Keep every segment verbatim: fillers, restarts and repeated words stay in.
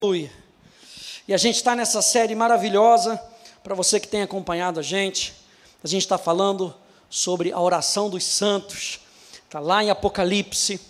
Aleluia. E a gente está nessa série maravilhosa, para você que tem acompanhado a gente, a gente está falando sobre a oração dos santos, está lá em Apocalipse,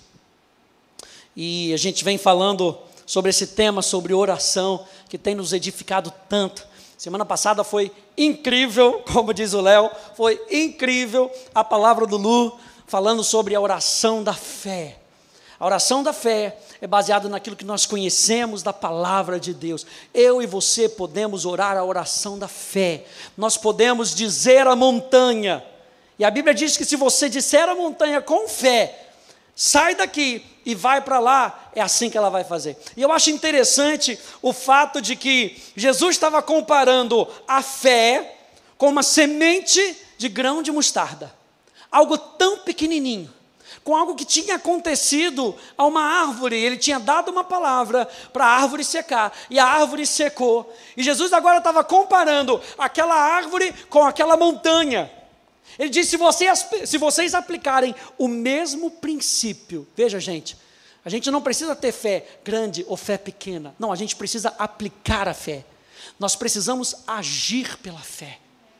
e a gente vem falando sobre esse tema, sobre oração, que tem nos edificado tanto. Semana passada foi incrível, como diz o Léo, foi incrível a palavra do Lu, falando sobre a oração da fé. A oração da fé é baseada naquilo que nós conhecemos da palavra de Deus. Eu e você podemos orar a oração da fé. Nós podemos dizer à montanha, e a Bíblia diz que se você disser à montanha com fé, sai daqui e vai para lá, é assim que ela vai fazer. E eu acho interessante o fato de que Jesus estava comparando a fé com uma semente de grão de mostarda. Algo tão pequenininho, com algo que tinha acontecido a uma árvore. Ele tinha dado uma palavra para a árvore secar, e a árvore secou. E Jesus agora estava comparando aquela árvore com aquela montanha. Ele disse, se vocês, se vocês aplicarem o mesmo princípio, veja gente, a gente não precisa ter fé grande ou fé pequena, não, a gente precisa aplicar a fé, nós precisamos agir pela fé.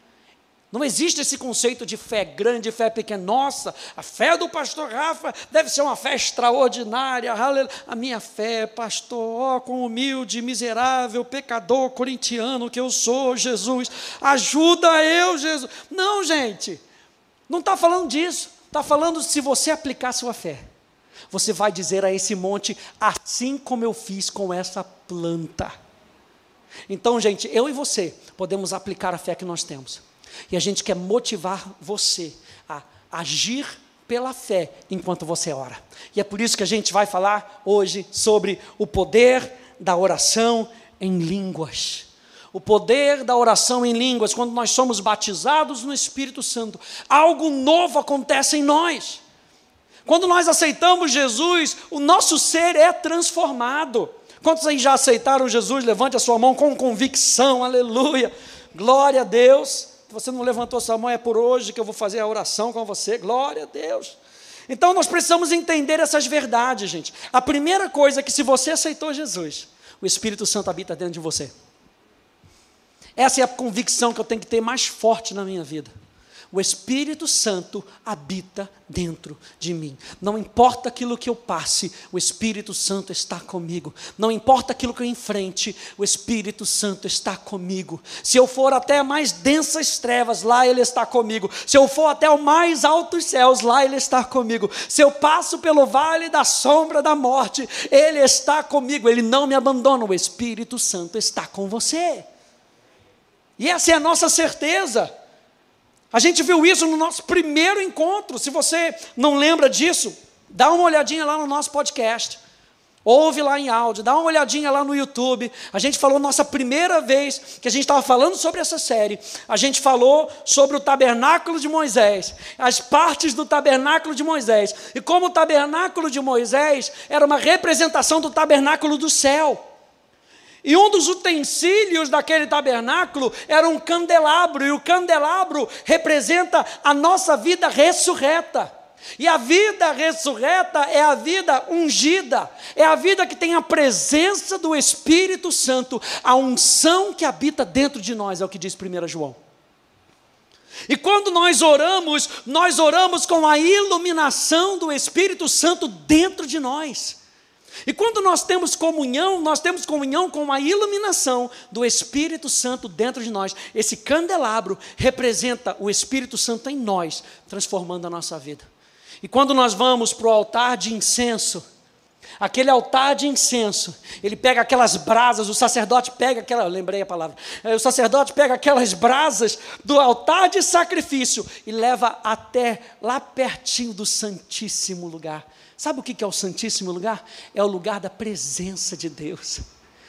Não existe esse conceito de fé grande e fé pequena. Nossa, a fé do pastor Rafa deve ser uma fé extraordinária. A minha fé, pastor, ó, quão humilde, miserável, pecador, corintiano que eu sou, Jesus, ajuda eu, Jesus. Não, gente, não está falando disso. Está falando se você aplicar sua fé, você vai dizer a esse monte, assim como eu fiz com essa planta. Então, gente, eu e você podemos aplicar a fé que nós temos. E a gente quer motivar você a agir pela fé enquanto você ora. E é por isso que a gente vai falar hoje sobre o poder da oração em línguas. O poder da oração em línguas, quando nós somos batizados no Espírito Santo, algo novo acontece em nós. Quando nós aceitamos Jesus, o nosso ser é transformado. Quantos aí já aceitaram Jesus? Levante a sua mão com convicção, aleluia, glória a Deus. Se você não levantou sua mão, é por hoje que eu vou fazer a oração com você, glória a Deus. Então nós precisamos entender essas verdades, gente. A primeira coisa é que se você aceitou Jesus, o Espírito Santo habita dentro de você. Essa é a convicção que eu tenho que ter mais forte na minha vida. O Espírito Santo habita dentro de mim. Não importa aquilo que eu passe, o Espírito Santo está comigo. Não importa aquilo que eu enfrente, o Espírito Santo está comigo. Se eu for até as mais densas trevas, lá Ele está comigo. Se eu for até os mais altos céus, lá Ele está comigo. Se eu passo pelo vale da sombra da morte, Ele está comigo. Ele não me abandona, o Espírito Santo está com você. E essa é a nossa certeza. A gente viu isso no nosso primeiro encontro. Se você não lembra disso, dá uma olhadinha lá no nosso podcast. Ouve lá em áudio, dá uma olhadinha lá no YouTube. A gente falou nossa primeira vez que a gente estava falando sobre essa série. A gente falou sobre o tabernáculo de Moisés, as partes do tabernáculo de Moisés. E como o tabernáculo de Moisés era uma representação do tabernáculo do céu. E um dos utensílios daquele tabernáculo era um candelabro, e o candelabro representa a nossa vida ressurreta. E a vida ressurreta é a vida ungida, é a vida que tem a presença do Espírito Santo, a unção que habita dentro de nós, é o que diz primeiro João. E quando nós oramos, nós oramos com a iluminação do Espírito Santo dentro de nós. E quando nós temos comunhão, nós temos comunhão com a iluminação do Espírito Santo dentro de nós. Esse candelabro representa o Espírito Santo em nós, transformando a nossa vida. E quando nós vamos para o altar de incenso, aquele altar de incenso, ele pega aquelas brasas, o sacerdote pega aquela, eu lembrei a palavra, o sacerdote pega aquelas brasas do altar de sacrifício e leva até lá pertinho do Santíssimo Lugar. Sabe o que é o Santíssimo Lugar? É o lugar da presença de Deus.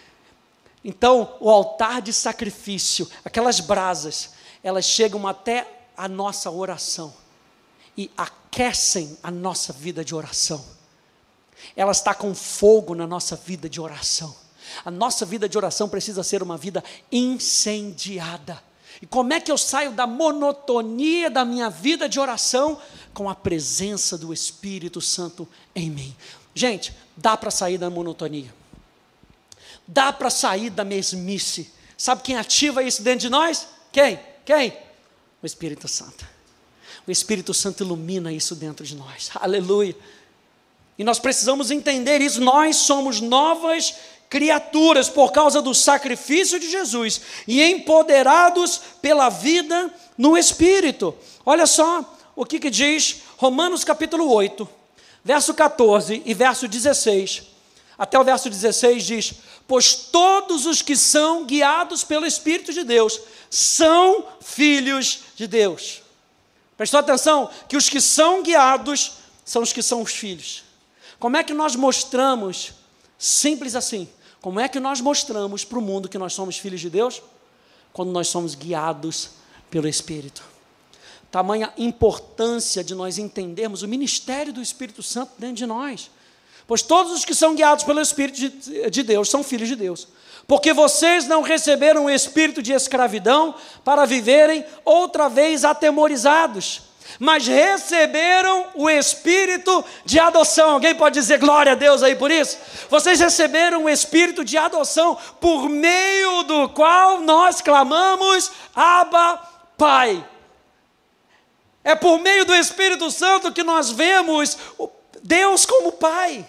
Então, o altar de sacrifício, aquelas brasas, elas chegam até a nossa oração e aquecem a nossa vida de oração. Ela está com fogo na nossa vida de oração. A nossa vida de oração precisa ser uma vida incendiada. E como é que eu saio da monotonia da minha vida de oração? Com a presença do Espírito Santo em mim. Gente, dá para sair da monotonia. Dá para sair da mesmice. Sabe quem ativa isso dentro de nós? Quem? Quem? O Espírito Santo. O Espírito Santo ilumina isso dentro de nós. Aleluia. E nós precisamos entender isso. Nós somos novas criaturas por causa do sacrifício de Jesus e empoderados pela vida no Espírito. Olha só o que, que diz Romanos capítulo oito, verso catorze e verso dezesseis. Até o verso dezesseis diz: pois todos os que são guiados pelo Espírito de Deus são filhos de Deus. Prestou atenção que os que são guiados são os que são os filhos. Como é que nós mostramos, simples assim, como é que nós mostramos para o mundo que nós somos filhos de Deus? Quando nós somos guiados pelo Espírito. Tamanha importância de nós entendermos o ministério do Espírito Santo dentro de nós. Pois todos os que são guiados pelo Espírito de, de Deus são filhos de Deus. Porque vocês não receberam o espírito de escravidão para viverem outra vez atemorizados, mas receberam o espírito de adoção. Alguém pode dizer glória a Deus aí por isso? Vocês receberam o espírito de adoção, por meio do qual nós clamamos, Abba, Pai. É por meio do Espírito Santo que nós vemos Deus como Pai.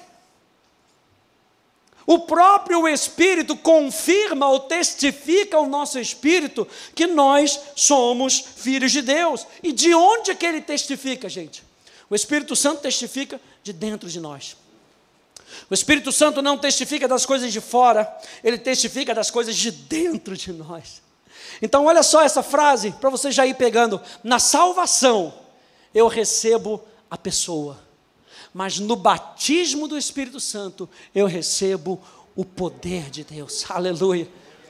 O próprio Espírito confirma ou testifica ao nosso espírito que nós somos filhos de Deus. E de onde é que ele testifica, gente? O Espírito Santo testifica de dentro de nós. O Espírito Santo não testifica das coisas de fora, ele testifica das coisas de dentro de nós. Então olha só essa frase, para você já ir pegando. Na salvação, eu recebo a pessoa. Mas no batismo do Espírito Santo, eu recebo o poder de Deus. Aleluia.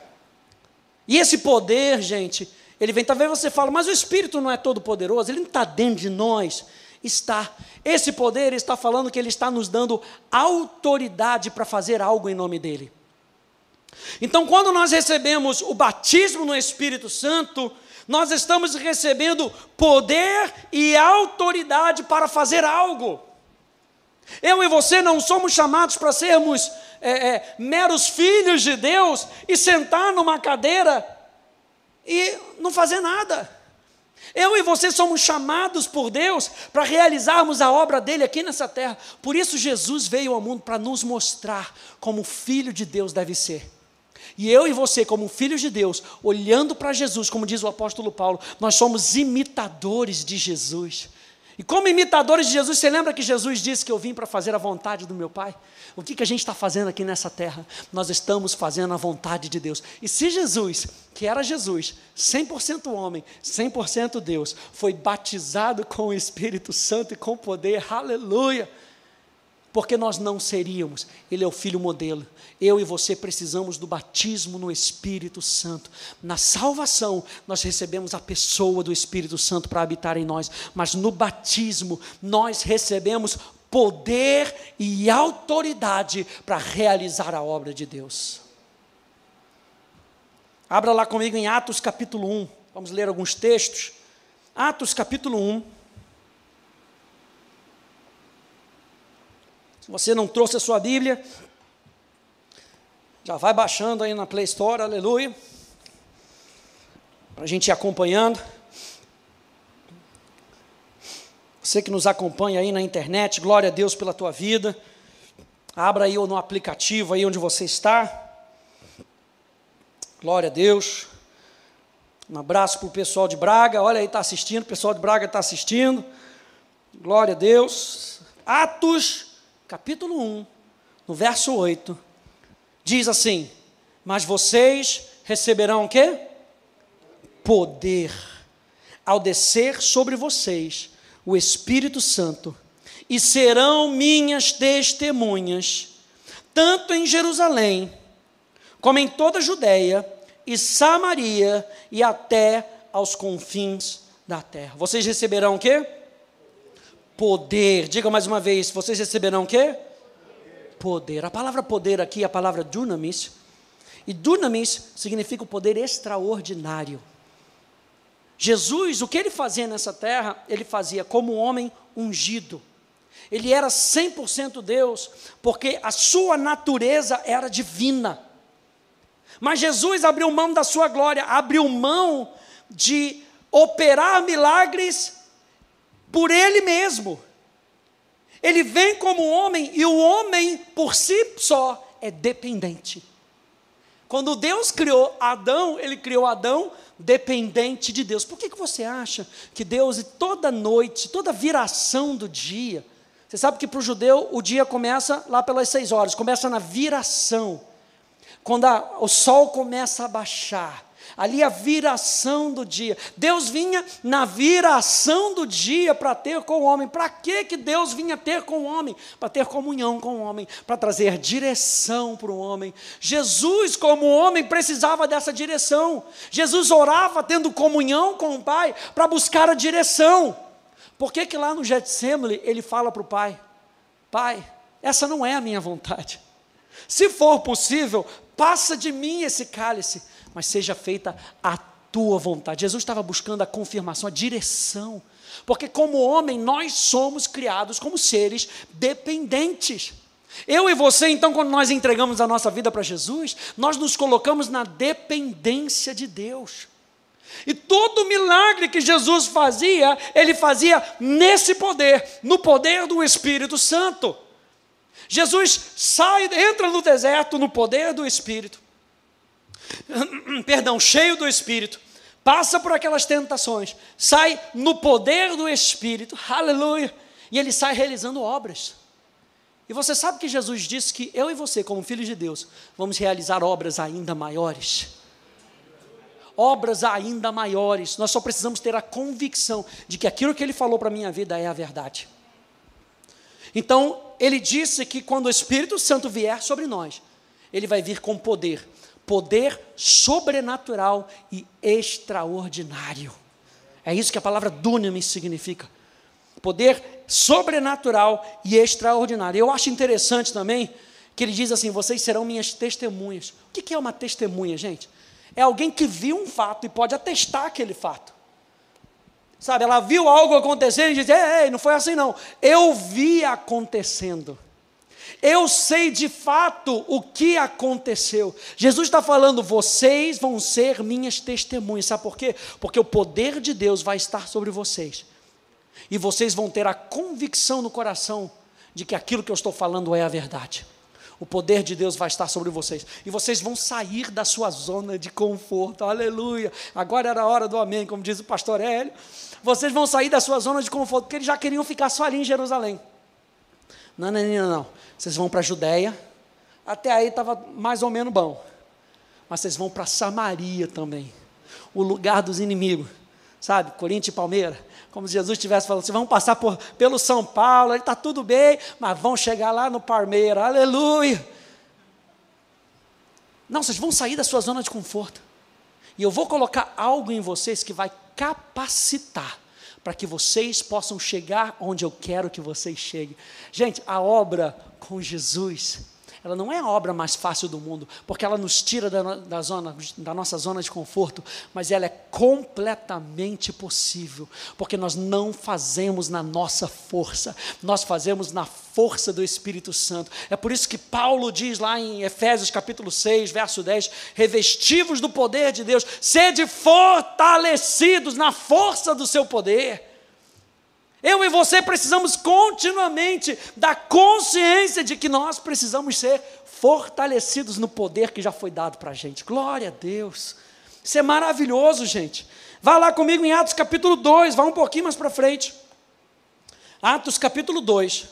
E esse poder, gente, ele vem, talvez você fale, mas o Espírito não é todo poderoso, ele não está dentro de nós. Está. Esse poder está falando que ele está nos dando autoridade para fazer algo em nome dele. Então, quando nós recebemos o batismo no Espírito Santo, nós estamos recebendo poder e autoridade para fazer algo. Eu e você não somos chamados para sermos é, é, meros filhos de Deus e sentar numa cadeira e não fazer nada. Eu e você somos chamados por Deus para realizarmos a obra dele aqui nessa terra. Por isso Jesus veio ao mundo para nos mostrar como filho de Deus deve ser. E eu e você, como filhos de Deus, olhando para Jesus, como diz o apóstolo Paulo, nós somos imitadores de Jesus. E como imitadores de Jesus, você lembra que Jesus disse que eu vim para fazer a vontade do meu Pai? O que, que a gente está fazendo aqui nessa terra? Nós estamos fazendo a vontade de Deus. E se Jesus, que era Jesus, cem por cento homem, cem por cento Deus, foi batizado com o Espírito Santo e com poder, aleluia! Porque nós não seríamos. Ele é o Filho modelo. Eu e você precisamos do batismo no Espírito Santo. Na salvação, nós recebemos a pessoa do Espírito Santo para habitar em nós. Mas no batismo, nós recebemos poder e autoridade para realizar a obra de Deus. Abra lá comigo em Atos capítulo um. Vamos ler alguns textos. Atos capítulo um. Se você não trouxe a sua Bíblia, já vai baixando aí na Play Store, aleluia, para a gente ir acompanhando. Você que nos acompanha aí na internet, glória a Deus pela tua vida. Abra aí no aplicativo aí onde você está. Glória a Deus. Um abraço para o pessoal de Braga, olha aí, está assistindo, o pessoal de Braga está assistindo. Glória a Deus. Atos capítulo um, no verso oito, diz assim: mas vocês receberão o quê? Poder, ao descer sobre vocês o Espírito Santo, e serão minhas testemunhas, tanto em Jerusalém, como em toda a Judéia e Samaria, e até aos confins da terra. Vocês receberão o quê? Poder. Diga mais uma vez, vocês receberão o quê? Poder. A palavra poder aqui é a palavra dunamis. E dunamis significa o poder extraordinário. Jesus, o que ele fazia nessa terra, ele fazia como um homem ungido. Ele era cem por cento Deus, porque a sua natureza era divina. Mas Jesus abriu mão da sua glória, abriu mão de operar milagres por Ele mesmo. Ele vem como homem, e o homem por si só é dependente. Quando Deus criou Adão, Ele criou Adão dependente de Deus. Por que, que você acha que Deus, toda noite, toda viração do dia, você sabe que para o judeu o dia começa lá pelas seis horas, começa na viração, quando a, o sol começa a baixar, ali a viração do dia. Deus vinha na viração do dia para ter com o homem. Para que que Deus vinha ter com o homem? Para ter comunhão com o homem, para trazer direção para o homem. Jesus, como homem, precisava dessa direção. Jesus orava tendo comunhão com o Pai para buscar a direção. Por que que lá no Getsêmani ele fala para o Pai: Pai, essa não é a minha vontade. Se for possível, passa de mim esse cálice, mas seja feita a tua vontade. Jesus estava buscando a confirmação, a direção, porque como homem nós somos criados como seres dependentes. Eu e você, então, quando nós entregamos a nossa vida para Jesus, nós nos colocamos na dependência de Deus. E todo milagre que Jesus fazia, Ele fazia nesse poder, no poder do Espírito Santo. Jesus sai, entra no deserto no poder do Espírito, perdão, cheio do Espírito, passa por aquelas tentações, sai no poder do Espírito, aleluia, e ele sai realizando obras. E você sabe que Jesus disse que eu e você, como filhos de Deus, vamos realizar obras ainda maiores. Obras ainda maiores. Nós só precisamos ter a convicção de que aquilo que Ele falou para a minha vida é a verdade. Então, Ele disse que quando o Espírito Santo vier sobre nós, Ele vai vir com poder, poder sobrenatural e extraordinário. É isso que a palavra dunamis significa. Poder sobrenatural e extraordinário. Eu acho interessante também que Ele diz assim: vocês serão minhas testemunhas. O que é uma testemunha, gente? É alguém que viu um fato e pode atestar aquele fato. Sabe, ela viu algo acontecer e diz: ei, ei, não foi assim não. Eu vi acontecendo. Eu sei de fato o que aconteceu. Jesus está falando: vocês vão ser minhas testemunhas. Sabe por quê? Porque o poder de Deus vai estar sobre vocês. E vocês vão ter a convicção no coração de que aquilo que eu estou falando é a verdade. O poder de Deus vai estar sobre vocês. E vocês vão sair da sua zona de conforto. Aleluia. Agora era a hora do amém, como diz o pastor Hélio. Vocês vão sair da sua zona de conforto, porque eles já queriam ficar só ali em Jerusalém. Não, não, não, não. Vocês vão para a Judéia. Até aí estava mais ou menos bom. Mas vocês vão para Samaria também. O lugar dos inimigos. Sabe, Corinthians e Palmeiras. Como se Jesus estivesse falando: vocês vão passar por, pelo São Paulo, está tudo bem, mas vão chegar lá no Palmeiras, aleluia. Não, vocês vão sair da sua zona de conforto. E eu vou colocar algo em vocês que vai capacitar para que vocês possam chegar onde eu quero que vocês cheguem. Gente, a obra com Jesus, ela não é a obra mais fácil do mundo, porque ela nos tira da, da, zona, da nossa zona de conforto, mas ela é completamente possível, porque nós não fazemos na nossa força, nós fazemos na força do Espírito Santo. É por isso que Paulo diz lá em Efésios capítulo seis, verso dez, revestivos do poder de Deus, sede fortalecidos na força do seu poder. Eu e você precisamos continuamente da consciência de que nós precisamos ser fortalecidos no poder que já foi dado para a gente. Glória a Deus. Isso é maravilhoso, gente. Vá lá comigo em Atos capítulo dois, vá um pouquinho mais para frente. Atos capítulo dois.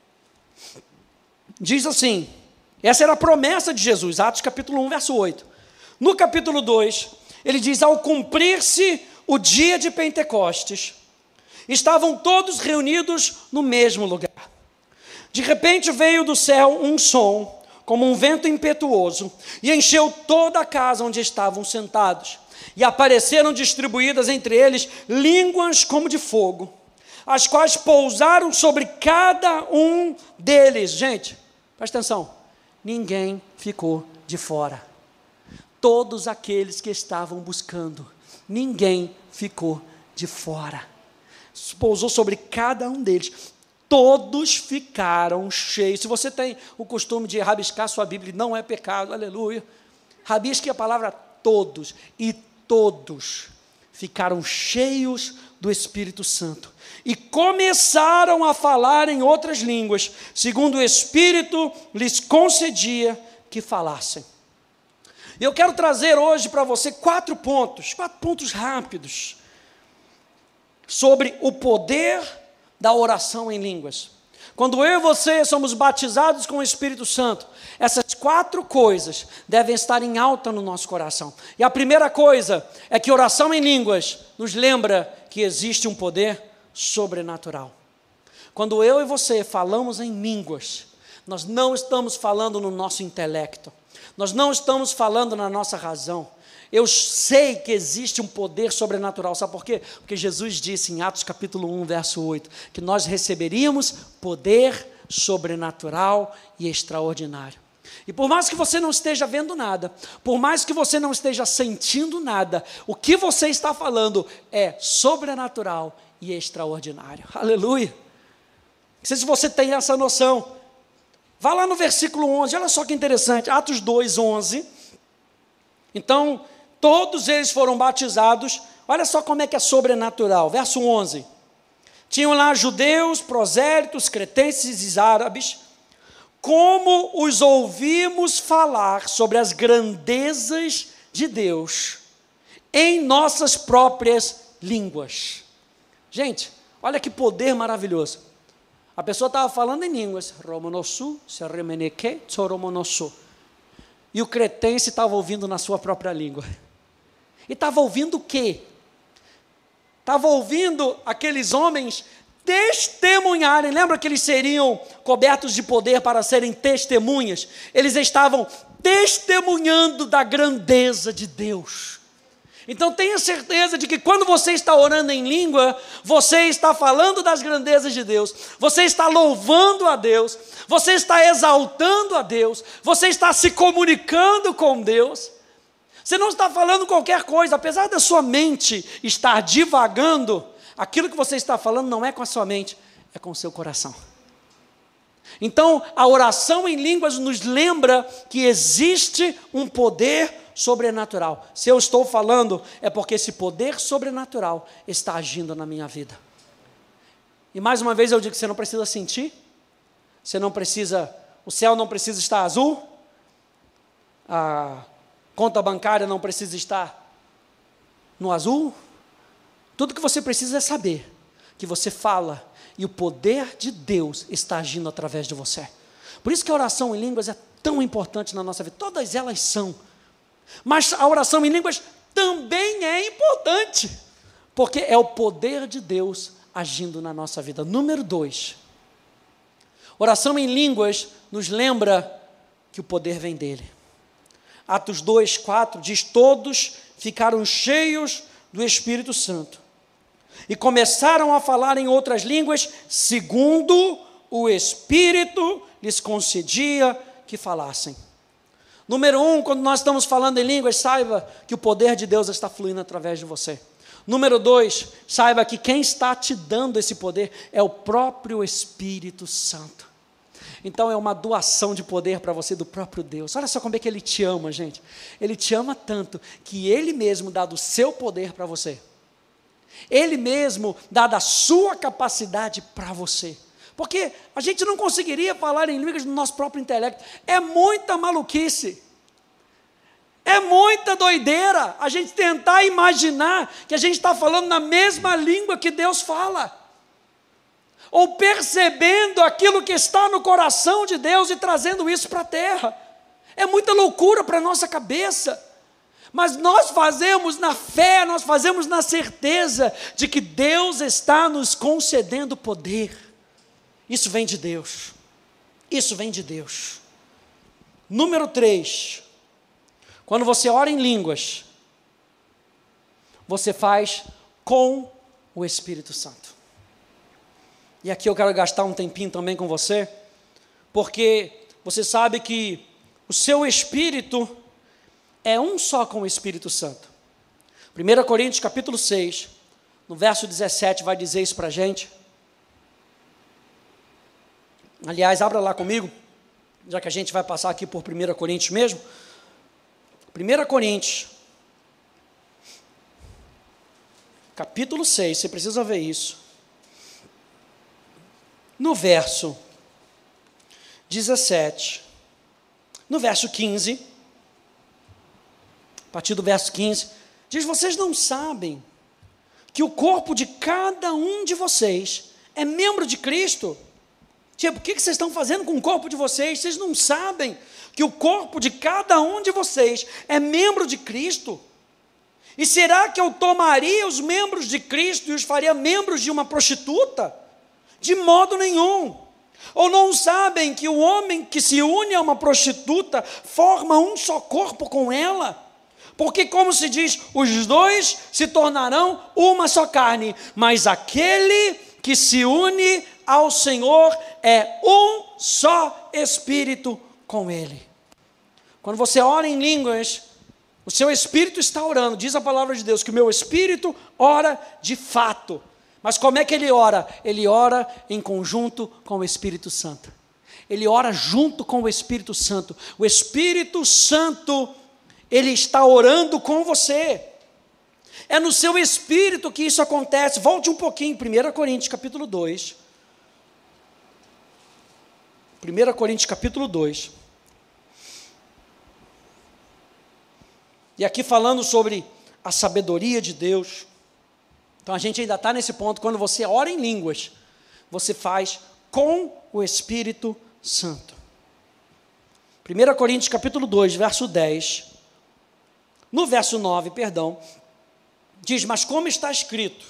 Diz assim, essa era a promessa de Jesus, Atos capítulo um, verso oito. No capítulo dois, ele diz: ao cumprir-se o dia de Pentecostes, estavam todos reunidos no mesmo lugar. De repente veio do céu um som, como um vento impetuoso, e encheu toda a casa onde estavam sentados. E apareceram distribuídas entre eles línguas como de fogo, as quais pousaram sobre cada um deles. Gente, presta atenção, ninguém ficou de fora. Todos aqueles que estavam buscando, ninguém ficou de fora. Pousou sobre cada um deles, todos ficaram cheios. Se você tem o costume de rabiscar sua Bíblia, não é pecado, aleluia. Rabisque a palavra todos, e todos ficaram cheios do Espírito Santo e começaram a falar em outras línguas, segundo o Espírito lhes concedia que falassem. E eu quero trazer hoje para você quatro pontos, quatro pontos rápidos, sobre o poder da oração em línguas. Quando eu e você somos batizados com o Espírito Santo, essas quatro coisas devem estar em alta no nosso coração. E a primeira coisa é que oração em línguas nos lembra que existe um poder sobrenatural. Quando eu e você falamos em línguas, nós não estamos falando no nosso intelecto, nós não estamos falando na nossa razão. Eu sei que existe um poder sobrenatural, sabe por quê? Porque Jesus disse em Atos capítulo um, verso oito, que nós receberíamos poder sobrenatural e extraordinário. E por mais que você não esteja vendo nada, por mais que você não esteja sentindo nada, o que você está falando é sobrenatural e extraordinário. Aleluia! Não sei se você tem essa noção. Vá lá no versículo onze, olha só que interessante, Atos dois, onze. Então, todos eles foram batizados. Olha só como é que é sobrenatural. Verso onze. Tinham lá judeus, prosélitos, cretenses e árabes. Como os ouvimos falar sobre as grandezas de Deus em nossas próprias línguas. Gente, olha que poder maravilhoso. A pessoa estava falando em línguas. Romanossu, Seremeneke, Tsoromonossu. E o cretense estava ouvindo na sua própria língua. E estava ouvindo o quê? Estava ouvindo aqueles homens testemunharem. Lembra que eles seriam cobertos de poder para serem testemunhas? Eles estavam testemunhando da grandeza de Deus. Então tenha certeza de que quando você está orando em língua, você está falando das grandezas de Deus, você está louvando a Deus, você está exaltando a Deus, você está se comunicando com Deus. Você não está falando qualquer coisa, apesar da sua mente estar divagando, aquilo que você está falando não é com a sua mente, é com o seu coração. Então, a oração em línguas nos lembra que existe um poder sobrenatural. Se eu estou falando, é porque esse poder sobrenatural está agindo na minha vida. E mais uma vez eu digo que você não precisa sentir, você não precisa, o céu não precisa estar azul, a conta bancária não precisa estar no azul. Tudo que você precisa é saber que você fala e o poder de Deus está agindo através de você. Por isso que a oração em línguas é tão importante na nossa vida. Todas elas são. Mas a oração em línguas também é importante, porque é o poder de Deus agindo na nossa vida. Número dois, oração em línguas nos lembra que o poder vem dele. Atos dois, quatro diz: todos ficaram cheios do Espírito Santo e começaram a falar em outras línguas, segundo o Espírito lhes concedia que falassem. Número um, quando nós estamos falando em línguas, saiba que o poder de Deus está fluindo através de você. Número dois, saiba que quem está te dando esse poder é o próprio Espírito Santo. Então é uma doação de poder para você do próprio Deus. Olha só como é que Ele te ama, gente. Ele te ama tanto que Ele mesmo dá do seu poder para você. Ele mesmo dá da sua capacidade para você. Porque a gente não conseguiria falar em línguas no nosso próprio intelecto. É muita maluquice. É muita doideira a gente tentar imaginar que a gente está falando na mesma língua que Deus fala. Ou percebendo aquilo que está no coração de Deus e trazendo isso para a terra. É muita loucura para a nossa cabeça. Mas nós fazemos na fé, nós fazemos na certeza de que Deus está nos concedendo poder. Isso vem de Deus. Isso vem de Deus. Número três. Quando você ora em línguas, você faz com o Espírito Santo. E aqui eu quero gastar um tempinho também com você, porque você sabe que o seu espírito é um só com o Espírito Santo. primeira Coríntios capítulo seis, no verso dezessete, vai dizer isso para a gente. Aliás, abra lá comigo, já que a gente vai passar aqui por primeira Coríntios mesmo. primeira Coríntios, capítulo seis, você precisa ver isso. No verso dezessete, no verso quinze, a partir do verso quinze, diz: vocês não sabem que o corpo de cada um de vocês é membro de Cristo? Tipo, o que vocês estão fazendo com o corpo de vocês? Vocês não sabem que o corpo de cada um de vocês é membro de Cristo? E será que eu tomaria os membros de Cristo e os faria membros de uma prostituta? De modo nenhum. Ou não sabem que o homem que se une a uma prostituta forma um só corpo com ela? Porque, como se diz, os dois se tornarão uma só carne, mas aquele que se une ao Senhor é um só espírito com Ele. Quando você ora em línguas, o seu espírito está orando. Diz a palavra de Deus que o meu espírito ora de fato. Mas como é que ele ora? Ele ora em conjunto com o Espírito Santo. Ele ora junto com o Espírito Santo. O Espírito Santo, ele está orando com você. É no seu espírito que isso acontece. Volte um pouquinho, primeira Coríntios capítulo dois. primeira Coríntios capítulo dois. E aqui falando sobre a sabedoria de Deus. Então a gente ainda está nesse ponto. Quando você ora em línguas, você faz com o Espírito Santo. primeira Coríntios capítulo dois, verso dez. No verso nove, perdão, diz: mas como está escrito,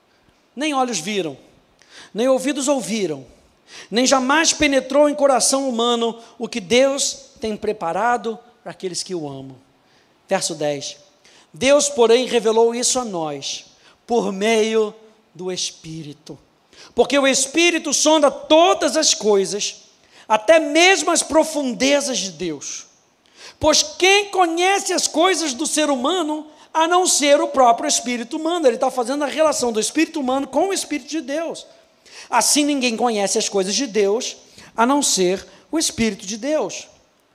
nem olhos viram, nem ouvidos ouviram, nem jamais penetrou em coração humano o que Deus tem preparado para aqueles que o amam. Verso dez. Deus, porém, revelou isso a nós, por meio do Espírito. Porque o Espírito sonda todas as coisas, até mesmo as profundezas de Deus. Pois quem conhece as coisas do ser humano, a não ser o próprio Espírito humano? Ele está fazendo a relação do Espírito humano com o Espírito de Deus. Assim ninguém conhece as coisas de Deus, a não ser o Espírito de Deus.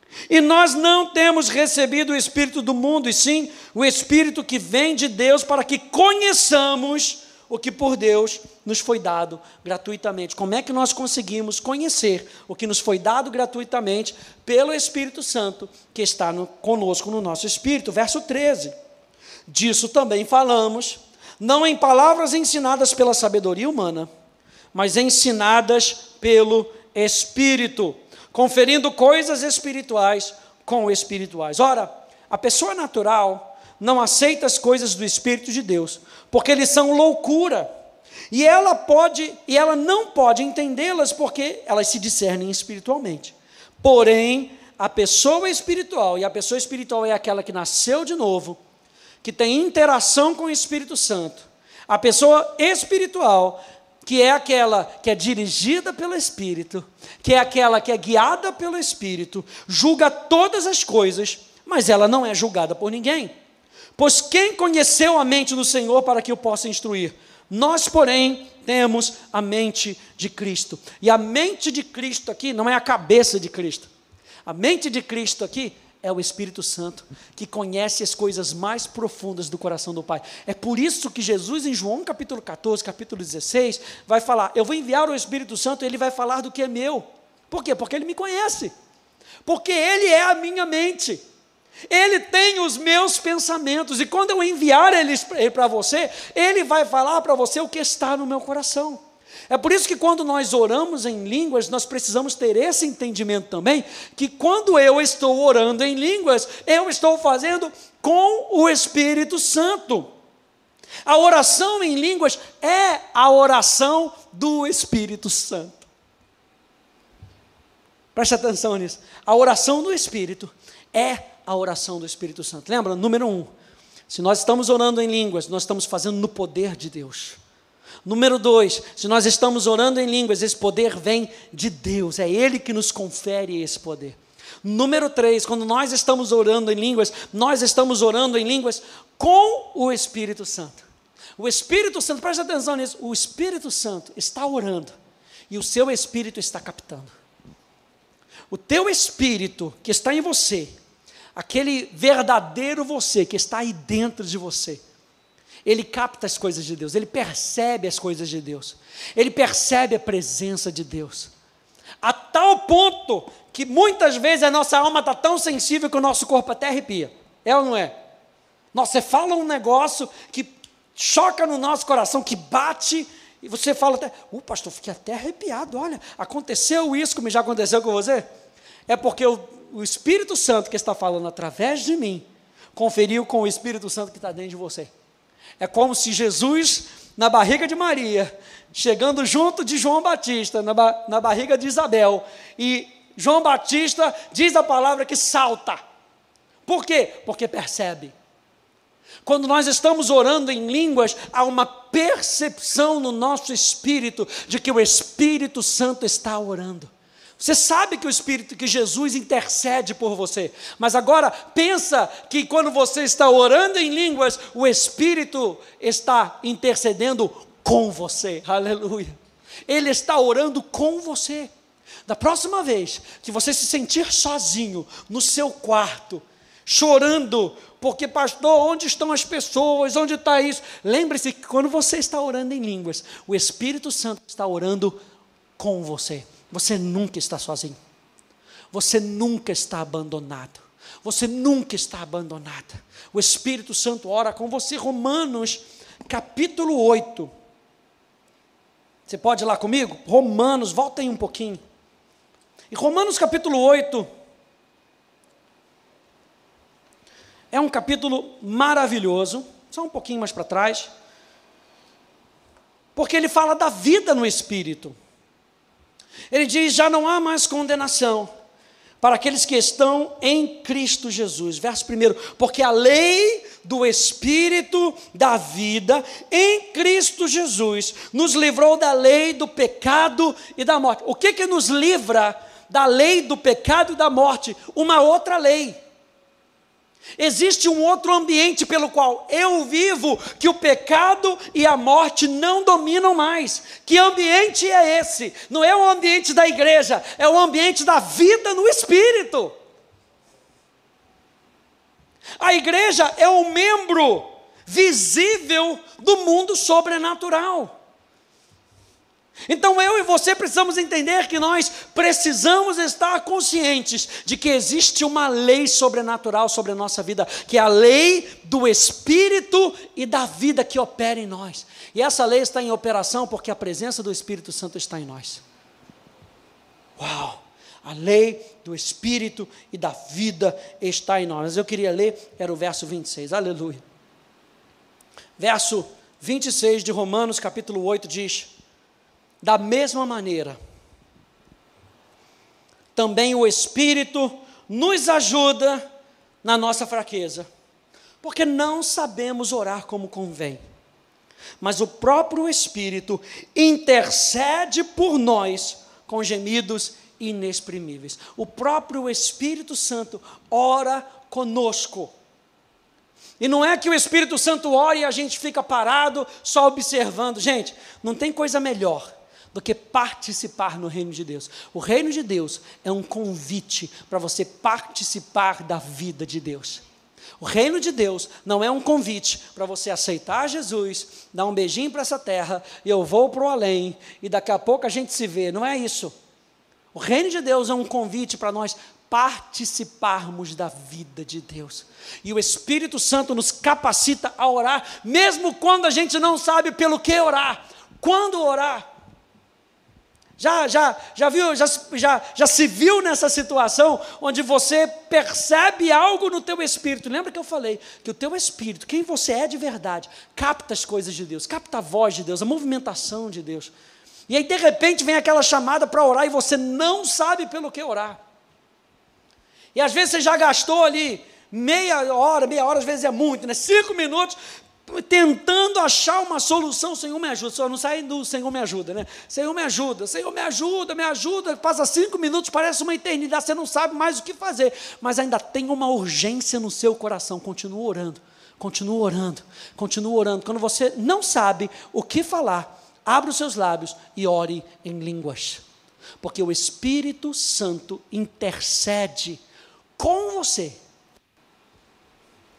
E nós não temos recebido o Espírito do mundo, e sim o Espírito que vem de Deus, para que conheçamos o que por Deus nos foi dado gratuitamente. Como é que nós conseguimos conhecer o que nos foi dado gratuitamente pelo Espírito Santo que está no, conosco no nosso espírito? Verso treze. Disso também falamos, não em palavras ensinadas pela sabedoria humana, mas ensinadas pelo Espírito, conferindo coisas espirituais com espirituais. Ora, a pessoa natural não aceita as coisas do Espírito de Deus, porque eles são loucura, e ela pode, e ela não pode entendê-las, porque elas se discernem espiritualmente. Porém, a pessoa espiritual, e a pessoa espiritual é aquela que nasceu de novo, que tem interação com o Espírito Santo. A pessoa espiritual, que é aquela que é dirigida pelo Espírito, que é aquela que é guiada pelo Espírito, julga todas as coisas, mas ela não é julgada por ninguém. Pois quem conheceu a mente do Senhor para que o possa instruir? Nós, porém, temos a mente de Cristo. E a mente de Cristo aqui não é a cabeça de Cristo. A mente de Cristo aqui é o Espírito Santo, que conhece as coisas mais profundas do coração do Pai. É por isso que Jesus, em João capítulo catorze, capítulo dezesseis, vai falar: eu vou enviar o Espírito Santo, e ele vai falar do que é meu. Por quê? Porque ele me conhece. Porque ele é a minha mente. Ele tem os meus pensamentos, e quando eu enviar ele para você, ele vai falar para você o que está no meu coração. É por isso que quando nós oramos em línguas, nós precisamos ter esse entendimento também, que quando eu estou orando em línguas, eu estou fazendo com o Espírito Santo. A oração em línguas é a oração do Espírito Santo. Preste atenção nisso. A oração do Espírito é a oração do Espírito Santo. Lembra? Número um, se nós estamos orando em línguas, nós estamos fazendo no poder de Deus. Número dois, se nós estamos orando em línguas, esse poder vem de Deus, é Ele que nos confere esse poder. Número três, quando nós estamos orando em línguas, nós estamos orando em línguas com o Espírito Santo. O Espírito Santo, preste atenção nisso, o Espírito Santo está orando e o seu Espírito está captando. O teu Espírito que está em você, aquele verdadeiro você que está aí dentro de você, ele capta as coisas de Deus, ele percebe as coisas de Deus, ele percebe a presença de Deus, a tal ponto que muitas vezes a nossa alma está tão sensível que o nosso corpo até arrepia, é ou não é? Nossa, você fala um negócio que choca no nosso coração, que bate, e você fala até, uh, pastor, fiquei até arrepiado, olha, aconteceu isso, como já aconteceu com você? É porque o, o Espírito Santo que está falando através de mim, conferiu com o Espírito Santo que está dentro de você. É como se Jesus, na barriga de Maria, chegando junto de João Batista, na, ba, na barriga de Isabel, e João Batista diz a palavra que salta. Por quê? Porque percebe. Quando nós estamos orando em línguas, há uma percepção no nosso espírito de que o Espírito Santo está orando. Você sabe que o Espírito, que Jesus intercede por você, mas agora pensa que quando você está orando em línguas, o Espírito está intercedendo com você, aleluia. Ele está orando com você. Da próxima vez que você se sentir sozinho no seu quarto, chorando, porque pastor, onde estão as pessoas, onde está isso? Lembre-se que quando você está orando em línguas, o Espírito Santo está orando com você. Você nunca está sozinho, você nunca está abandonado, você nunca está abandonada. O Espírito Santo ora com você. Romanos capítulo oito, você pode ir lá comigo? Romanos, volta aí um pouquinho, e Romanos capítulo oito, é um capítulo maravilhoso, só um pouquinho mais para trás, porque ele fala da vida no Espírito. Ele diz, já não há mais condenação para aqueles que estão em Cristo Jesus. Verso primeiro, porque a lei do Espírito da vida em Cristo Jesus nos livrou da lei do pecado e da morte. O que que nos livra da lei do pecado e da morte? Uma outra lei. Existe um outro ambiente pelo qual eu vivo, que o pecado e a morte não dominam mais. Que ambiente é esse? Não é o ambiente da igreja, é o ambiente da vida no Espírito. A igreja é o membro visível do mundo sobrenatural. Então eu e você precisamos entender que nós precisamos estar conscientes de que existe uma lei sobrenatural sobre a nossa vida, que é a lei do Espírito e da vida que opera em nós. E essa lei está em operação porque a presença do Espírito Santo está em nós. Uau! A lei do Espírito e da vida está em nós. Mas eu queria ler, era o verso vinte e seis, aleluia. Verso vinte e seis de Romanos capítulo oito diz: da mesma maneira, também o Espírito nos ajuda na nossa fraqueza, porque não sabemos orar como convém, mas o próprio Espírito intercede por nós com gemidos inexprimíveis. O próprio Espírito Santo ora conosco. E não é que o Espírito Santo ora e a gente fica parado só observando. Gente, não tem coisa melhor do que participar no reino de Deus. O reino de Deus é um convite para você participar da vida de Deus. O reino de Deus não é um convite para você aceitar Jesus, dar um beijinho para essa terra, e eu vou para o além, e daqui a pouco a gente se vê. Não é isso. O reino de Deus é um convite para nós participarmos da vida de Deus. E o Espírito Santo nos capacita a orar, mesmo quando a gente não sabe pelo que orar. Quando orar? Já, já, já, viu, já, já, já se viu nessa situação onde você percebe algo no teu espírito? Lembra que eu falei que o teu espírito, quem você é de verdade, capta as coisas de Deus, capta a voz de Deus, a movimentação de Deus. E aí de repente vem aquela chamada para orar e você não sabe pelo que orar. E às vezes você já gastou ali meia hora, meia hora às vezes é muito, né? Cinco minutos tentando achar uma solução. Senhor, me ajuda. Só não sai do Senhor, me ajuda, né? Senhor, me ajuda. Senhor, me ajuda, me ajuda. Passa cinco minutos, parece uma eternidade. Você não sabe mais o que fazer, mas ainda tem uma urgência no seu coração. Continua orando, continua orando, continua orando. Quando você não sabe o que falar, abra os seus lábios e ore em línguas, porque o Espírito Santo intercede com você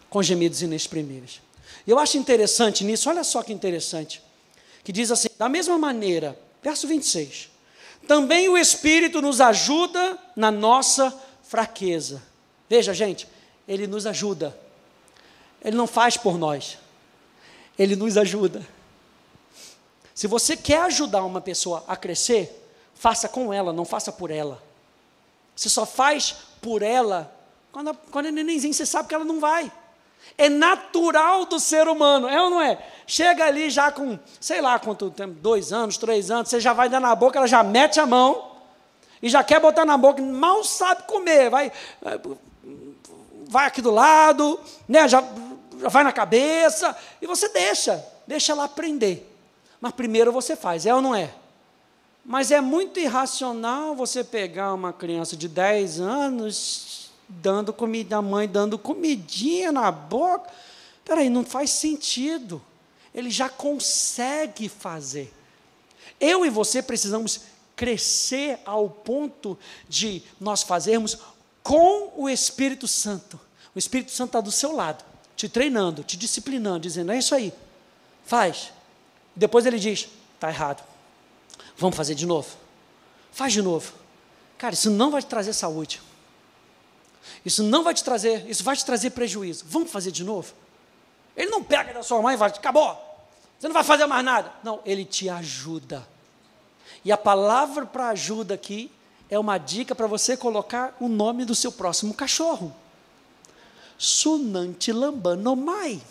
com gemidos inexprimíveis. E eu acho interessante nisso, olha só que interessante, que diz assim, da mesma maneira, verso vinte e seis, também o Espírito nos ajuda na nossa fraqueza. Veja, gente, Ele nos ajuda. Ele não faz por nós. Ele nos ajuda. Se você quer ajudar uma pessoa a crescer, faça com ela, não faça por ela. Você só faz por ela quando, quando é nenenzinho, você sabe que ela não vai. É natural do ser humano, é ou não é? Chega ali já com, sei lá quanto tempo, dois anos, três anos, você já vai dar na boca, ela já mete a mão e já quer botar na boca, mal sabe comer, vai, vai aqui do lado, né, já, já vai na cabeça, e você deixa, deixa ela aprender. Mas primeiro você faz, é ou não é? Mas é muito irracional você pegar uma criança de dez anos, dando comida, a mãe dando comidinha na boca. Espera aí, não faz sentido. Ele já consegue fazer. Eu e você precisamos crescer ao ponto de nós fazermos com o Espírito Santo. O Espírito Santo está do seu lado, te treinando, te disciplinando, dizendo, é isso aí, faz. Depois ele diz, está errado, vamos fazer de novo, faz de novo. Cara, isso não vai te trazer saúde, isso não vai te trazer, isso vai te trazer prejuízo, vamos fazer de novo. Ele não pega da sua mãe e vai, acabou, você não vai fazer mais nada. Não, ele te ajuda. E a palavra para ajuda aqui é uma dica para você colocar o nome do seu próximo cachorro. Sunanti Lambanomai.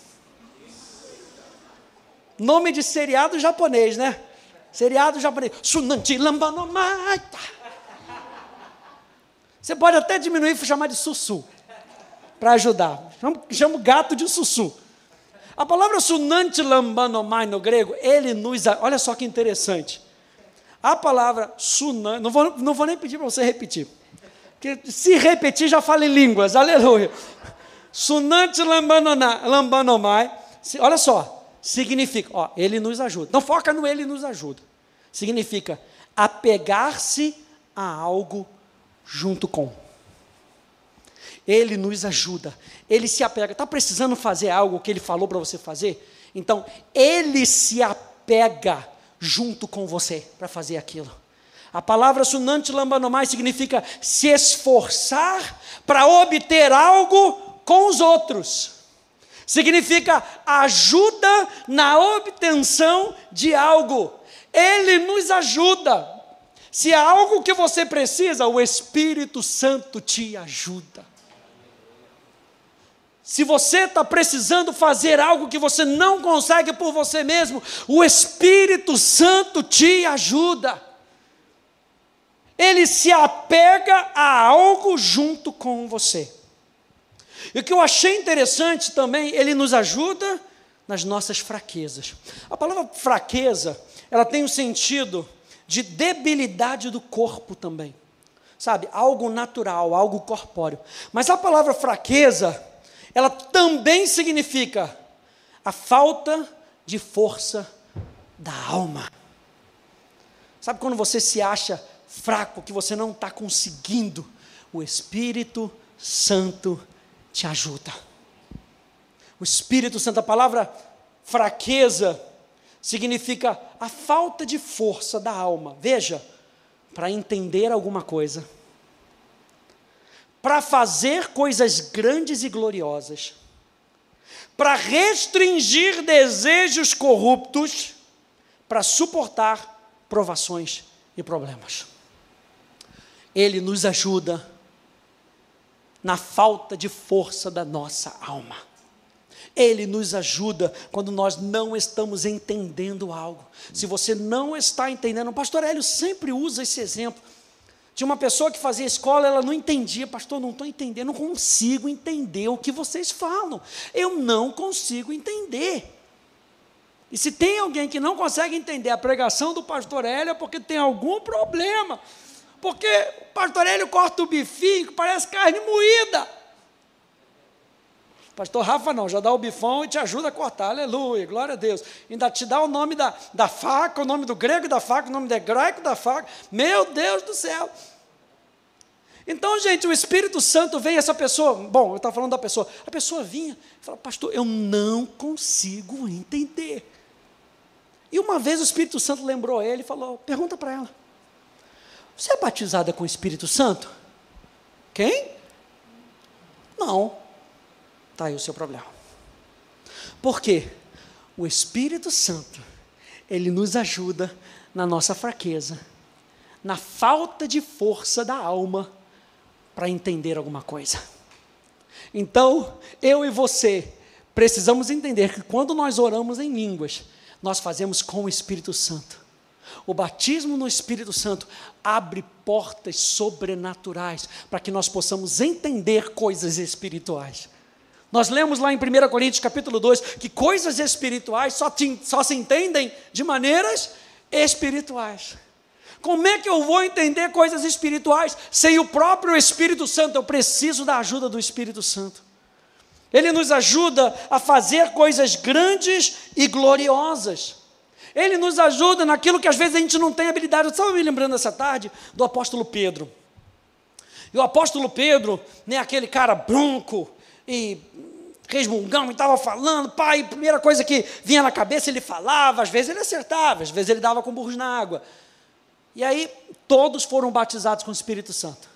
Nome de seriado japonês, né? Seriado japonês. Sunanti Lambanomai. Você pode até diminuir e chamar de Sussu, para ajudar. Chama, chama o gato de Sussu. A palavra Sunanti Lambanomai no grego, ele nos... Olha só que interessante. A palavra Sunanti... Não vou, não vou nem pedir para você repetir. Porque se repetir, já fala em línguas. Aleluia. Sunanti Lambanomai. Olha só. Significa... Ó, ele nos ajuda. Não foca no ele nos ajuda. Significa apegar-se a algo junto com. Ele nos ajuda. Ele se apega. Está precisando fazer algo que ele falou para você fazer? Então, ele se apega junto com você para fazer aquilo. A palavra Sunanti Lambanomai significa se esforçar para obter algo com os outros. Significa ajuda na obtenção de algo. Ele nos ajuda. Se há algo que você precisa, o Espírito Santo te ajuda. Se você está precisando fazer algo que você não consegue por você mesmo, o Espírito Santo te ajuda. Ele se apega a algo junto com você. E o que eu achei interessante também, ele nos ajuda nas nossas fraquezas. A palavra fraqueza, ela tem um sentido de debilidade do corpo também. Sabe, algo natural, algo corpóreo. Mas a palavra fraqueza, ela também significa a falta de força da alma. Sabe quando você se acha fraco, que você não está conseguindo? O Espírito Santo te ajuda. O Espírito Santo, a palavra fraqueza, significa a falta de força da alma. Veja, para entender alguma coisa, para fazer coisas grandes e gloriosas, para restringir desejos corruptos, para suportar provações e problemas. Ele nos ajuda na falta de força da nossa alma. Ele nos ajuda quando nós não estamos entendendo algo. Se você não está entendendo, o pastor Hélio sempre usa esse exemplo. Tinha uma pessoa que fazia escola, ela não entendia, pastor, não estou entendendo, não consigo entender o que vocês falam. Eu não consigo entender. E se tem alguém que não consegue entender a pregação do pastor Hélio, é porque tem algum problema. Porque o pastor Hélio corta o bifinho que parece carne moída. Pastor Rafa não, já dá o bifão e te ajuda a cortar, aleluia, glória a Deus. Ainda te dá o nome da, da faca, o nome do grego da faca, o nome do hebraico da faca, meu Deus do céu. Então, gente, o Espírito Santo vem, essa pessoa, bom, eu estava falando da pessoa, a pessoa vinha e falava, pastor, eu não consigo entender. E uma vez o Espírito Santo lembrou a ele e falou, pergunta para ela, você é batizada com o Espírito Santo? Quem? Não. Está aí o seu problema. Por quê? O Espírito Santo, ele nos ajuda na nossa fraqueza, na falta de força da alma, para entender alguma coisa. Então, eu e você, precisamos entender que quando nós oramos em línguas, nós fazemos com o Espírito Santo. O batismo no Espírito Santo abre portas sobrenaturais, para que nós possamos entender coisas espirituais. Nós lemos lá em primeira Coríntios capítulo dois, que coisas espirituais só, te, só se entendem de maneiras espirituais. Como é que eu vou entender coisas espirituais sem o próprio Espírito Santo? Eu preciso da ajuda do Espírito Santo. Ele nos ajuda a fazer coisas grandes e gloriosas. Ele nos ajuda naquilo que às vezes a gente não tem habilidade. Eu estava me lembrando essa tarde do apóstolo Pedro. E o apóstolo Pedro, né, aquele cara bronco e resmungão, e estava falando, pai, a primeira coisa que vinha na cabeça ele falava, às vezes ele acertava, às vezes ele dava com burros na água. E aí, todos foram batizados com o Espírito Santo.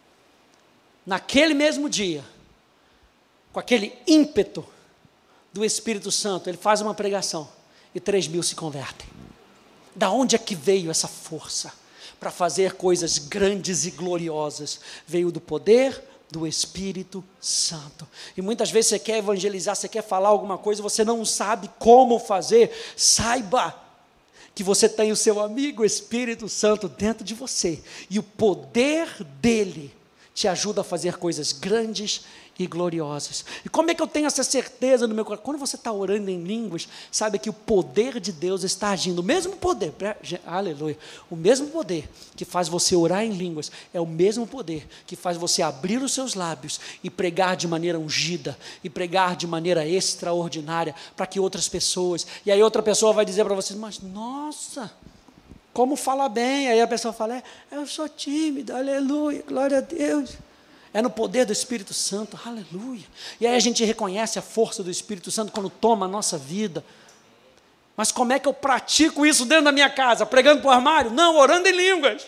Naquele mesmo dia, com aquele ímpeto do Espírito Santo, ele faz uma pregação e três mil se convertem. Da onde é que veio essa força para fazer coisas grandes e gloriosas? Veio do poder do Espírito Santo. E muitas vezes você quer evangelizar, você quer falar alguma coisa, você não sabe como fazer. Saiba que você tem o seu amigo Espírito Santo dentro de você, e o poder dele te ajuda a fazer coisas grandes e gloriosas. E como é que eu tenho essa certeza no meu coração? Quando você está orando em línguas, sabe que o poder de Deus está agindo, o mesmo poder, aleluia, o mesmo poder que faz você orar em línguas, é o mesmo poder que faz você abrir os seus lábios e pregar de maneira ungida, e pregar de maneira extraordinária, para que outras pessoas, e aí outra pessoa vai dizer para você, mas nossa, como fala bem, aí a pessoa fala, é, eu sou tímida, aleluia, glória a Deus. É no poder do Espírito Santo, aleluia. E aí a gente reconhece a força do Espírito Santo quando toma a nossa vida. Mas como é que eu pratico isso dentro da minha casa? Pregando para o armário? Não, orando em línguas.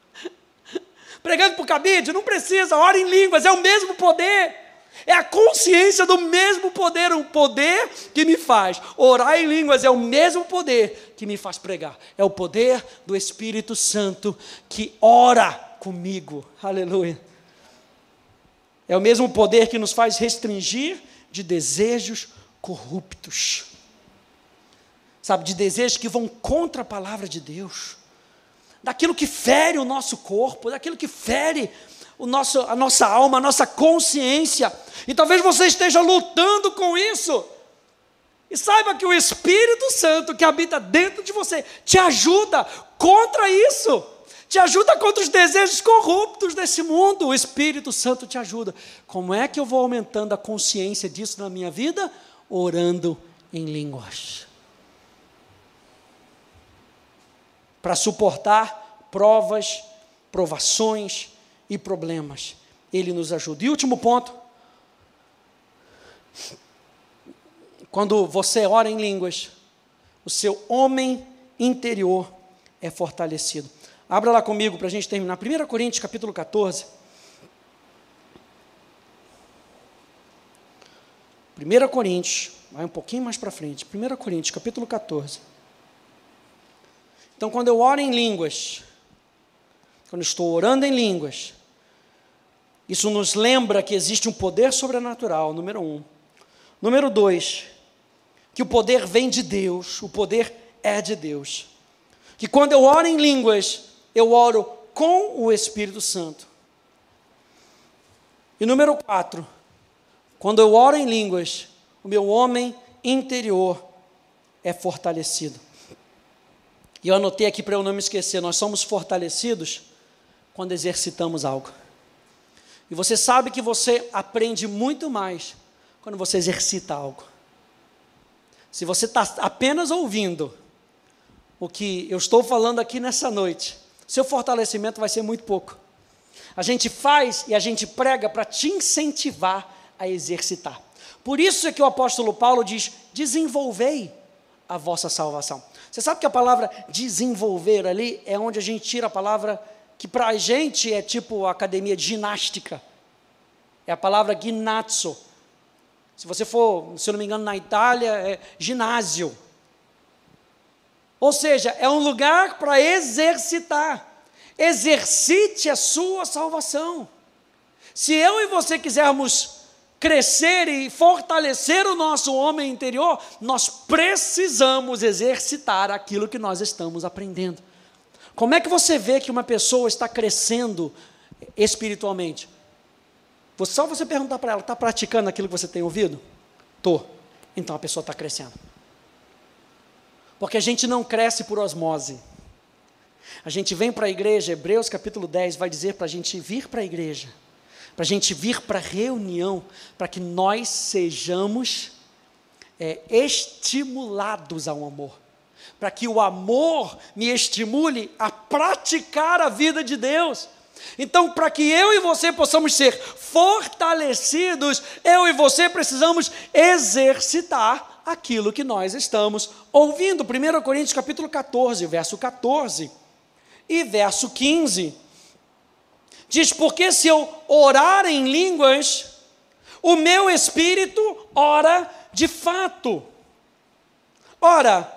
Pregando para o cabide? Não precisa, ora em línguas, é o mesmo poder. É a consciência do mesmo poder, o poder que me faz orar em línguas, é o mesmo poder que me faz pregar. É o poder do Espírito Santo que ora comigo, aleluia. É o mesmo poder que nos faz restringir de desejos corruptos. Sabe, de desejos que vão contra a palavra de Deus. Daquilo que fere o nosso corpo, daquilo que fere o nosso, a nossa alma, a nossa consciência. E talvez você esteja lutando com isso. E saiba que o Espírito Santo que habita dentro de você te ajuda contra isso. Te ajuda contra os desejos corruptos desse mundo. O Espírito Santo te ajuda. Como é que eu vou aumentando a consciência disso na minha vida? Orando em línguas. Para suportar provas, provações e problemas. Ele nos ajuda. E último ponto. Quando você ora em línguas, o seu homem interior é fortalecido. Abra lá comigo para a gente terminar. primeira Coríntios, capítulo catorze. primeira Coríntios, vai um pouquinho mais para frente. primeira Coríntios, capítulo catorze. Então, quando eu oro em línguas, quando eu estou orando em línguas, isso nos lembra que existe um poder sobrenatural, número um. Número dois, que o poder vem de Deus, o poder é de Deus. Que quando eu oro em línguas, eu oro com o Espírito Santo. E número quatro, quando eu oro em línguas, o meu homem interior é fortalecido. E eu anotei aqui para eu não me esquecer, nós somos fortalecidos quando exercitamos algo. E você sabe que você aprende muito mais quando você exercita algo. Se você está apenas ouvindo o que eu estou falando aqui nessa noite, seu fortalecimento vai ser muito pouco. A gente faz e a gente prega para te incentivar a exercitar. Por isso é que o apóstolo Paulo diz, desenvolvei a vossa salvação. Você sabe que a palavra desenvolver ali é onde a gente tira a palavra que para a gente é tipo academia de ginástica. É a palavra ginazzo. Se você for, se eu não me engano, na Itália, é ginásio. Ou seja, é um lugar para exercitar. Exercite a sua salvação. Se eu e você quisermos crescer e fortalecer o nosso homem interior, nós precisamos exercitar aquilo que nós estamos aprendendo. Como é que você vê que uma pessoa está crescendo espiritualmente? Só você perguntar para ela, está praticando aquilo que você tem ouvido? Estou. Então a pessoa está crescendo. Porque a gente não cresce por osmose. A gente vem para a igreja, Hebreus capítulo dez vai dizer para a gente vir para a igreja, para a gente vir para a reunião, para que nós sejamos é, estimulados ao amor, para que o amor me estimule a praticar a vida de Deus. Então, para que eu e você possamos ser fortalecidos, eu e você precisamos exercitar aquilo que nós estamos ouvindo. primeira Coríntios capítulo catorze, verso catorze e verso quinze. Diz, porque se eu orar em línguas, o meu espírito ora de fato. Ora,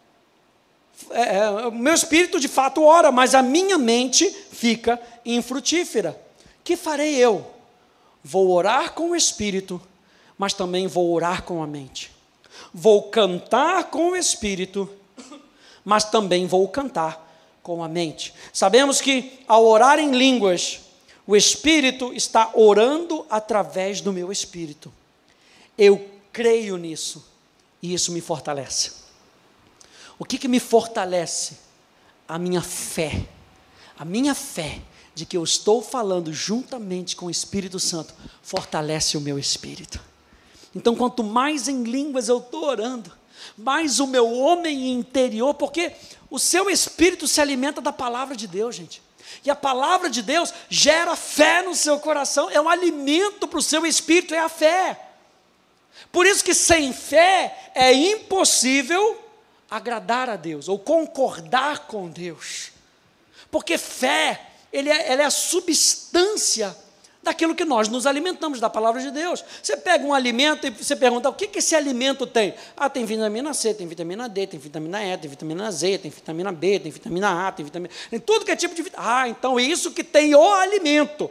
é, o meu espírito de fato ora, mas a minha mente fica infrutífera. Que farei eu? Vou orar com o espírito, mas também vou orar com a mente. Vou cantar com o espírito, mas também vou cantar com a mente. Sabemos que ao orar em línguas, o Espírito está orando através do meu espírito. Eu creio nisso e isso me fortalece. O que que me fortalece? A minha fé. A minha fé de que eu estou falando juntamente com o Espírito Santo fortalece o meu espírito. Então, quanto mais em línguas eu estou orando, mais o meu homem interior, porque o seu espírito se alimenta da palavra de Deus, gente. E a palavra de Deus gera fé no seu coração, é um alimento para o seu espírito, é a fé. Por isso que sem fé é impossível agradar a Deus, ou concordar com Deus. Porque fé, ele é, ela é a substância daquilo que nós nos alimentamos, da palavra de Deus. Você pega um alimento e você pergunta, o que, que esse alimento tem? Ah, tem vitamina C, tem vitamina D, tem vitamina E, tem vitamina Z, tem vitamina B, tem vitamina A, tem vitamina... Tem tudo que é tipo de vitamina. Ah, então é isso que tem o alimento.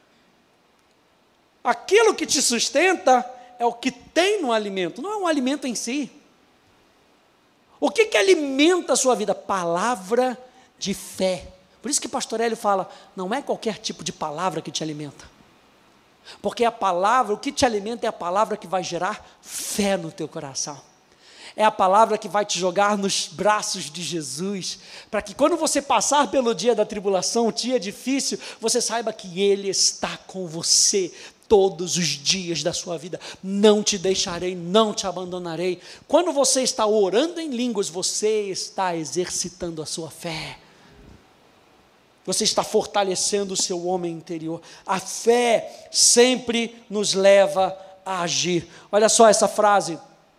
Aquilo que te sustenta é o que tem no alimento, não é um alimento em si. O que, que alimenta a sua vida? Palavra de fé. Por isso que pastor Hélio fala, não é qualquer tipo de palavra que te alimenta. Porque a palavra, o que te alimenta é a palavra que vai gerar fé no teu coração. É a palavra que vai te jogar nos braços de Jesus, para que quando você passar pelo dia da tribulação, o dia difícil, você saiba que Ele está com você todos os dias da sua vida. Não te deixarei, não te abandonarei. Quando você está orando em línguas, você está exercitando a sua fé. Você está fortalecendo o seu homem interior. A fé sempre nos leva a agir. Olha só essa frase.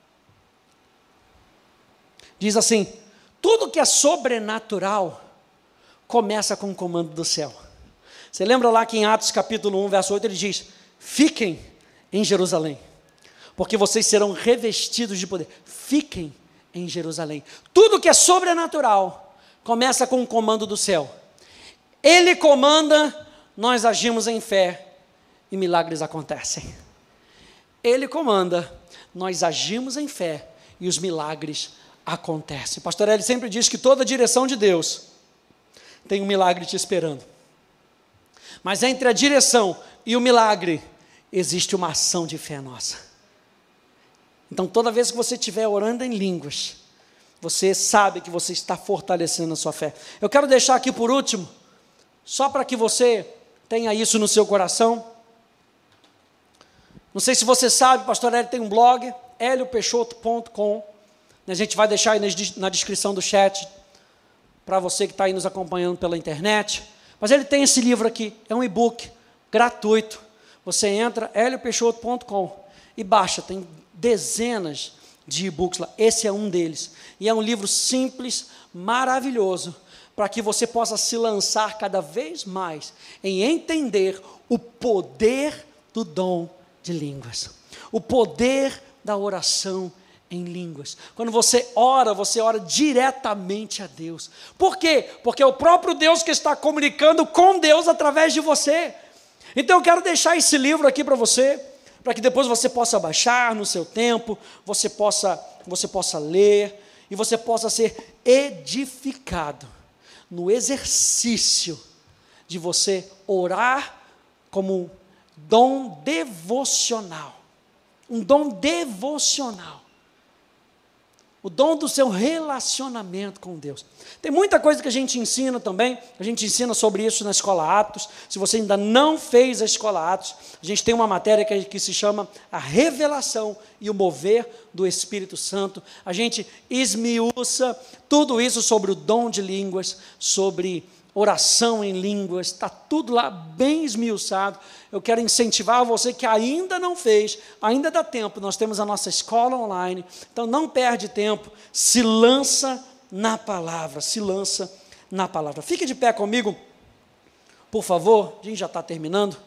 Diz assim, tudo que é sobrenatural começa com o comando do céu. Você lembra lá que em Atos capítulo um, verso oito, ele diz, fiquem em Jerusalém, porque vocês serão revestidos de poder. Fiquem em Jerusalém. Tudo que é sobrenatural começa com o comando do céu. Ele comanda, nós agimos em fé e milagres acontecem. Ele comanda, nós agimos em fé e os milagres acontecem. Pastor Eli sempre diz que toda a direção de Deus tem um milagre te esperando. Mas entre a direção e o milagre existe uma ação de fé nossa. Então toda vez que você estiver orando em línguas, você sabe que você está fortalecendo a sua fé. Eu quero deixar aqui por último, só para que você tenha isso no seu coração. Não sei se você sabe, pastor Hélio tem um blog, helio peixoto ponto com. A gente vai deixar aí na descrição do chat, para você que está aí nos acompanhando pela internet. Mas ele tem esse livro aqui, é um e-book gratuito. Você entra, helio peixoto ponto com e baixa, tem dezenas de e-books lá. Esse é um deles. E é um livro simples, maravilhoso, para que você possa se lançar cada vez mais em entender o poder do dom de línguas, o poder da oração em línguas. Quando você ora, você ora diretamente a Deus. Por quê? Porque é o próprio Deus que está comunicando com Deus através de você. Então eu quero deixar esse livro aqui para você, para que depois você possa baixar no seu tempo, você possa, você possa ler, e você possa ser edificado no exercício de você orar como um dom devocional, um dom devocional, o dom do seu relacionamento com Deus. Tem muita coisa que a gente ensina também, a gente ensina sobre isso na Escola Atos. Se você ainda não fez a Escola Atos, a gente tem uma matéria que, que se chama a revelação e o mover do Espírito Santo. A gente esmiuça tudo isso sobre o dom de línguas, sobre oração em línguas, está tudo lá bem esmiuçado. Eu quero incentivar você que ainda não fez, ainda dá tempo, nós temos a nossa escola online, então não perde tempo, se lança na palavra, se lança na palavra. Fique de pé comigo, por favor, a gente já está terminando.